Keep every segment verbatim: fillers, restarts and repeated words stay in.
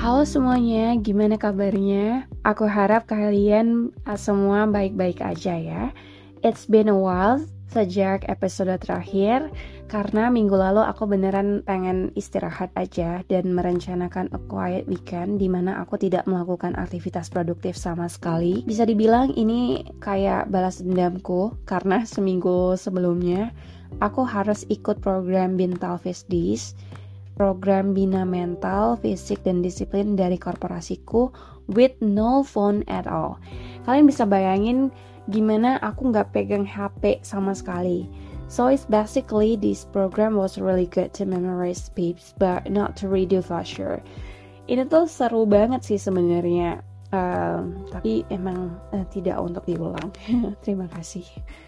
Halo semuanya, gimana kabarnya? Aku harap kalian uh, semua baik-baik aja ya. It's been a while sejak episode terakhir, karena minggu lalu aku beneran pengen istirahat aja dan merencanakan a quiet weekend di mana aku tidak melakukan aktivitas produktif sama sekali. Bisa dibilang ini kayak balas dendamku, karena seminggu sebelumnya aku harus ikut program Bintal Face Days, program bina mental, fisik, dan disiplin dari korporasiku with no phone at all. Kalian bisa bayangin gimana aku nggak pegang H P sama sekali. So it's basically this program was really good to memorize tips but not to redo for sure. Ini tuh seru banget sih sebenarnya, uh, tapi emang uh, tidak untuk diulang. Terima kasih.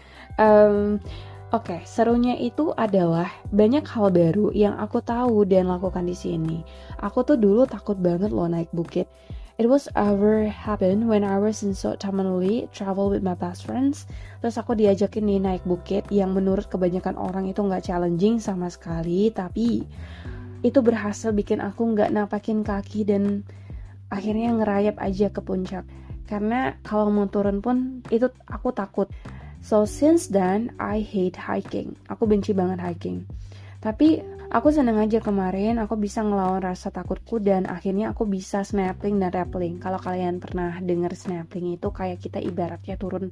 Um, Oke, okay, serunya itu adalah banyak hal baru yang aku tahu dan lakukan di sini. Aku tuh dulu takut banget loh naik bukit. It was ever happened when I was in South Tamanuli, travel with my best friends. Terus aku diajakin nih naik bukit yang menurut kebanyakan orang itu nggak challenging sama sekali, tapi itu berhasil bikin aku nggak napakin kaki dan akhirnya ngerayap aja ke puncak. Karena kalau mau turun pun itu aku takut. So since then, I hate hiking. Aku benci banget hiking. Tapi aku seneng aja kemarin aku bisa ngelawan rasa takutku dan akhirnya aku bisa snapping dan rappelling. Kalau kalian pernah dengar snapping itu kayak kita ibaratnya turun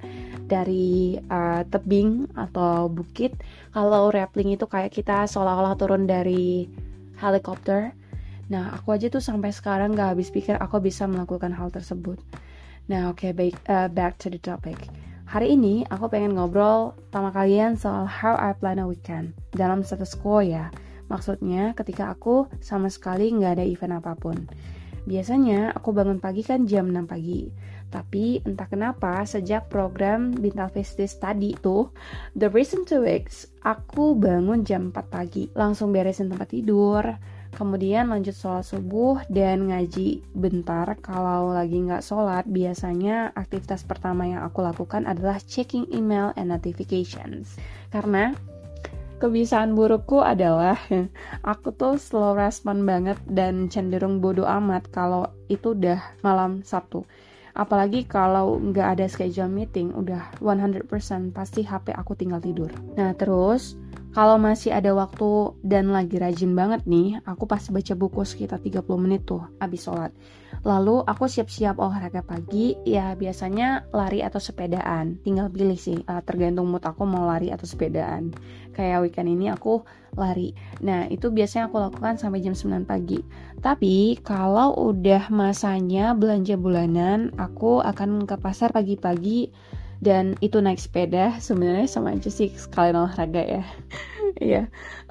dari uh, tebing atau bukit. Kalau rappelling itu kayak kita seolah-olah turun dari helikopter. Nah, aku aja tuh sampai sekarang gak habis pikir aku bisa melakukan hal tersebut. Nah, oke, okay, baik, uh, back to the topic. Hari ini aku pengen ngobrol sama kalian soal how I plan a weekend dalam status quo ya. Maksudnya ketika aku sama sekali nggak ada event apapun. Biasanya aku bangun pagi kan jam enam pagi. Tapi entah kenapa sejak program Bintal Face Days tadi tuh, the recent two weeks, aku bangun jam empat pagi. Langsung beresin tempat tidur, kemudian lanjut sholat subuh dan ngaji bentar. Kalau lagi nggak sholat, biasanya aktivitas pertama yang aku lakukan adalah checking email and notifications. Karena kebiasaan burukku adalah aku tuh slow respon banget dan cenderung bodo amat kalau itu udah malam Sabtu. Apalagi kalau nggak ada schedule meeting, udah one hundred percent pasti H P aku tinggal tidur. Nah terus, kalau masih ada waktu dan lagi rajin banget nih, aku pasti baca buku sekitar tiga puluh menit tuh abis sholat. Lalu aku siap-siap olahraga pagi, ya biasanya lari atau sepedaan. Tinggal pilih sih, tergantung mood aku mau lari atau sepedaan. Kayak weekend ini aku lari. Nah itu biasanya aku lakukan sampai jam sembilan pagi. Tapi kalau udah masanya belanja bulanan, aku akan ke pasar pagi-pagi dan itu naik sepeda. Sebenarnya sama aja sih sekalian olahraga ya. Iya,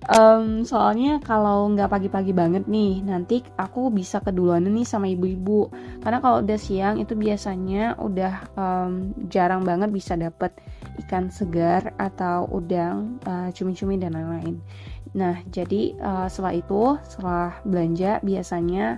um, soalnya kalau nggak pagi-pagi banget nih, nanti aku bisa keduluan nih sama ibu-ibu. Karena kalau udah siang itu biasanya udah um, jarang banget bisa dapet ikan segar atau udang, uh, cumi-cumi dan lain-lain. Nah, jadi uh, setelah itu, setelah belanja biasanya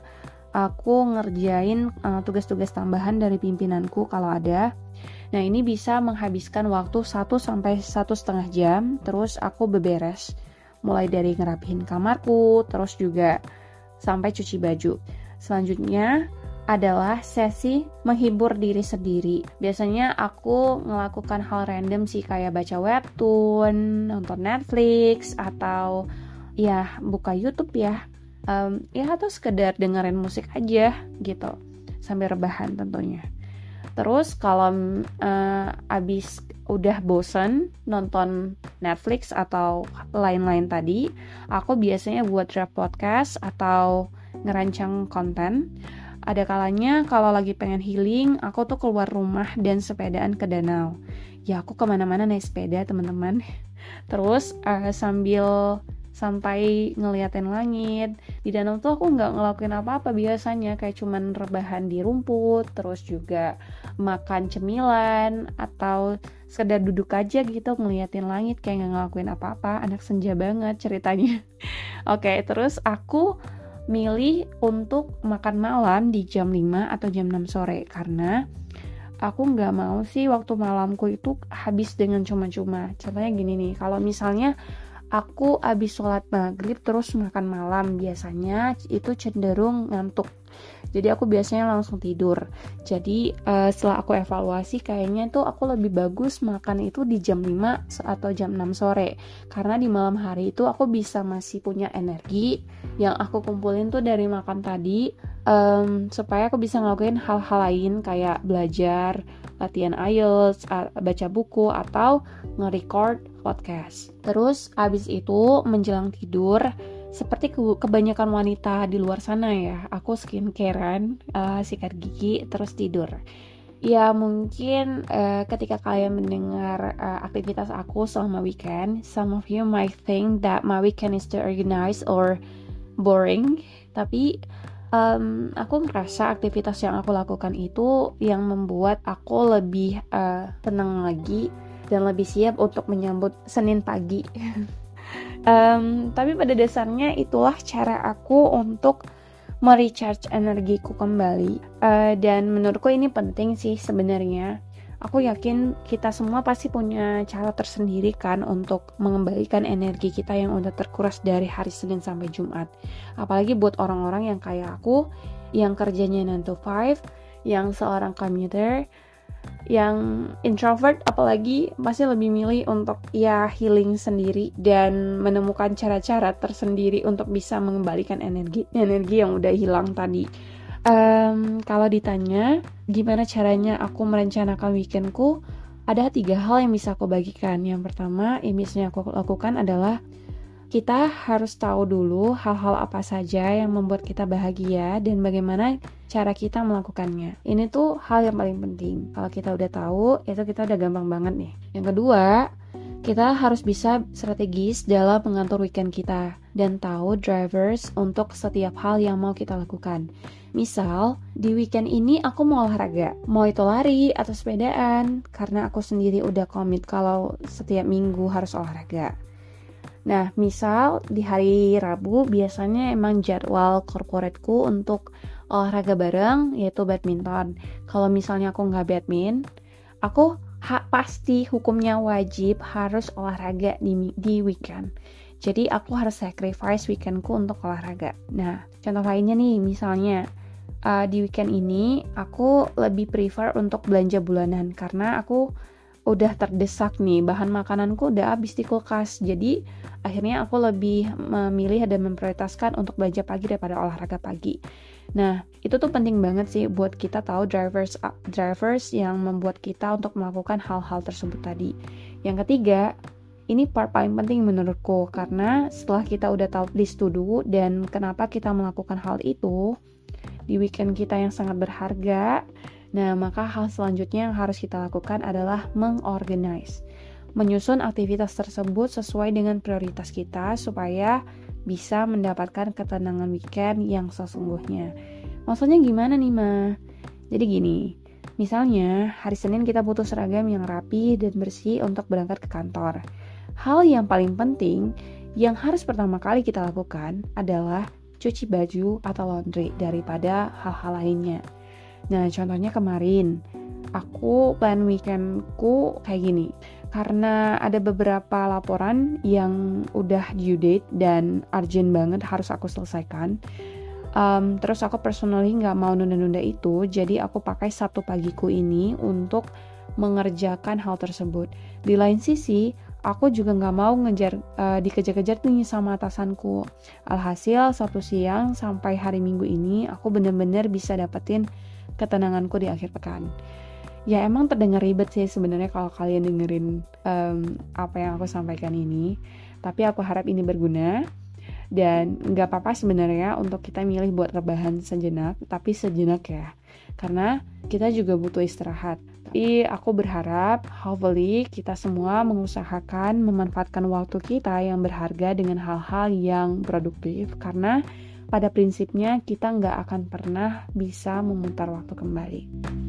aku ngerjain uh, tugas-tugas tambahan dari pimpinanku kalau ada. Nah ini bisa menghabiskan waktu satu sampai satu setengah jam. Terus aku beberes, mulai dari ngerapihin kamarku, terus juga sampai cuci baju. Selanjutnya adalah sesi menghibur diri sendiri. Biasanya aku melakukan hal random sih, kayak baca webtoon, nonton Netflix, atau ya buka YouTube ya, um, ya atau sekedar dengerin musik aja gitu sambil rebahan tentunya. Terus kalau uh, abis udah bosen nonton Netflix atau lain-lain tadi, aku biasanya buat draft podcast atau ngerancang konten. Ada kalanya kalau lagi pengen healing, aku tuh keluar rumah dan sepedaan ke danau. Ya aku kemana-mana naik sepeda teman-teman. Terus uh, sambil sampai ngeliatin langit. Di danau tuh aku nggak ngelakuin apa-apa biasanya, kayak cuman rebahan di rumput, terus juga makan cemilan atau sekedar duduk aja gitu ngeliatin langit, kayak nggak ngelakuin apa-apa. Anak senja banget ceritanya. Oke, terus aku milih untuk makan malam di jam lima atau jam enam sore karena aku nggak mau sih waktu malamku itu habis dengan cuma-cuma. Contohnya gini nih, kalau misalnya aku abis sholat maghrib terus makan malam, biasanya itu cenderung ngantuk. Jadi aku biasanya langsung tidur. Jadi uh, setelah aku evaluasi, kayaknya tuh aku lebih bagus makan itu di jam lima atau jam enam sore. Karena di malam hari itu aku bisa masih punya energi yang aku kumpulin tuh dari makan tadi, um, supaya aku bisa ngelakuin hal-hal lain kayak belajar, latihan I E L T S, baca buku, atau nge-record podcast. Terus abis itu menjelang tidur, seperti ke- kebanyakan wanita di luar sana ya, aku skincarean, uh, sikat gigi, terus tidur. Ya mungkin uh, ketika kalian mendengar uh, aktivitas aku selama weekend, some of you might think that my weekend is too organized or boring. Tapi um, aku ngerasa aktivitas yang aku lakukan itu yang membuat aku lebih uh, tenang lagi dan lebih siap untuk menyambut Senin pagi. Um, tapi pada dasarnya itulah cara aku untuk merecharge energiku kembali, uh, dan menurutku ini penting sih sebenarnya. Aku yakin kita semua pasti punya cara tersendiri kan untuk mengembalikan energi kita yang udah terkuras dari hari Senin sampai Jumat. Apalagi buat orang-orang yang kayak aku, yang kerjanya nine to five, yang seorang commuter, yang introvert, apalagi pasti lebih milih untuk ya healing sendiri dan menemukan cara-cara tersendiri untuk bisa mengembalikan energi energi yang udah hilang tadi. Um, kalau ditanya gimana caranya aku merencanakan weekendku, ada tiga hal yang bisa aku bagikan. Yang pertama yang biasanya aku lakukan adalah kita harus tahu dulu hal-hal apa saja yang membuat kita bahagia dan bagaimana cara kita melakukannya. Ini tuh hal yang paling penting. Kalau kita udah tahu, itu kita udah gampang banget nih. Yang kedua, kita harus bisa strategis dalam mengatur weekend kita dan tahu drivers untuk setiap hal yang mau kita lakukan. Misal, di weekend ini aku mau olahraga, mau itu lari atau sepedaan, karena aku sendiri udah komit kalau setiap minggu harus olahraga. Nah, misal di hari Rabu biasanya emang jadwal corporateku untuk olahraga bareng, yaitu badminton. Kalau misalnya aku nggak badminton, aku ha- pasti hukumnya wajib harus olahraga di, di weekend. Jadi aku harus sacrifice weekendku untuk olahraga. Nah, contoh lainnya nih, misalnya uh, di weekend ini aku lebih prefer untuk belanja bulanan karena aku udah terdesak nih, bahan makananku udah habis di kulkas. Jadi akhirnya aku lebih memilih dan memprioritaskan untuk belanja pagi daripada olahraga pagi. Nah, itu tuh penting banget sih buat kita tahu drivers drivers yang membuat kita untuk melakukan hal-hal tersebut tadi. Yang ketiga, ini part paling penting menurutku, karena setelah kita udah tahu list to do dan kenapa kita melakukan hal itu di weekend kita yang sangat berharga, nah, maka hal selanjutnya yang harus kita lakukan adalah mengorganize. Menyusun aktivitas tersebut sesuai dengan prioritas kita supaya bisa mendapatkan ketenangan weekend yang sesungguhnya. Maksudnya gimana nih, Ma? Jadi gini, misalnya hari Senin kita butuh seragam yang rapi dan bersih untuk berangkat ke kantor. Hal yang paling penting yang harus pertama kali kita lakukan adalah cuci baju atau laundry daripada hal-hal lainnya. Nah, contohnya kemarin, aku plan weekendku kayak gini. Karena ada beberapa laporan yang udah due date dan urgent banget harus aku selesaikan. Um, terus aku personally gak mau nunda-nunda itu, jadi aku pakai Sabtu pagiku ini untuk mengerjakan hal tersebut. Di lain sisi, aku juga gak mau ngejar uh, dikejar-kejar nih sama atasanku. Alhasil, Sabtu siang sampai hari Minggu ini, aku bener-bener bisa dapetin ketenanganku di akhir pekan. Ya emang terdengar ribet sih sebenarnya kalau kalian dengerin um, apa yang aku sampaikan ini, tapi aku harap ini berguna dan nggak apa-apa sebenarnya untuk kita milih buat rebahan sejenak, tapi sejenak ya, karena kita juga butuh istirahat. Tapi aku berharap hopefully kita semua mengusahakan memanfaatkan waktu kita yang berharga dengan hal-hal yang produktif, karena pada prinsipnya kita nggak akan pernah bisa memutar waktu kembali.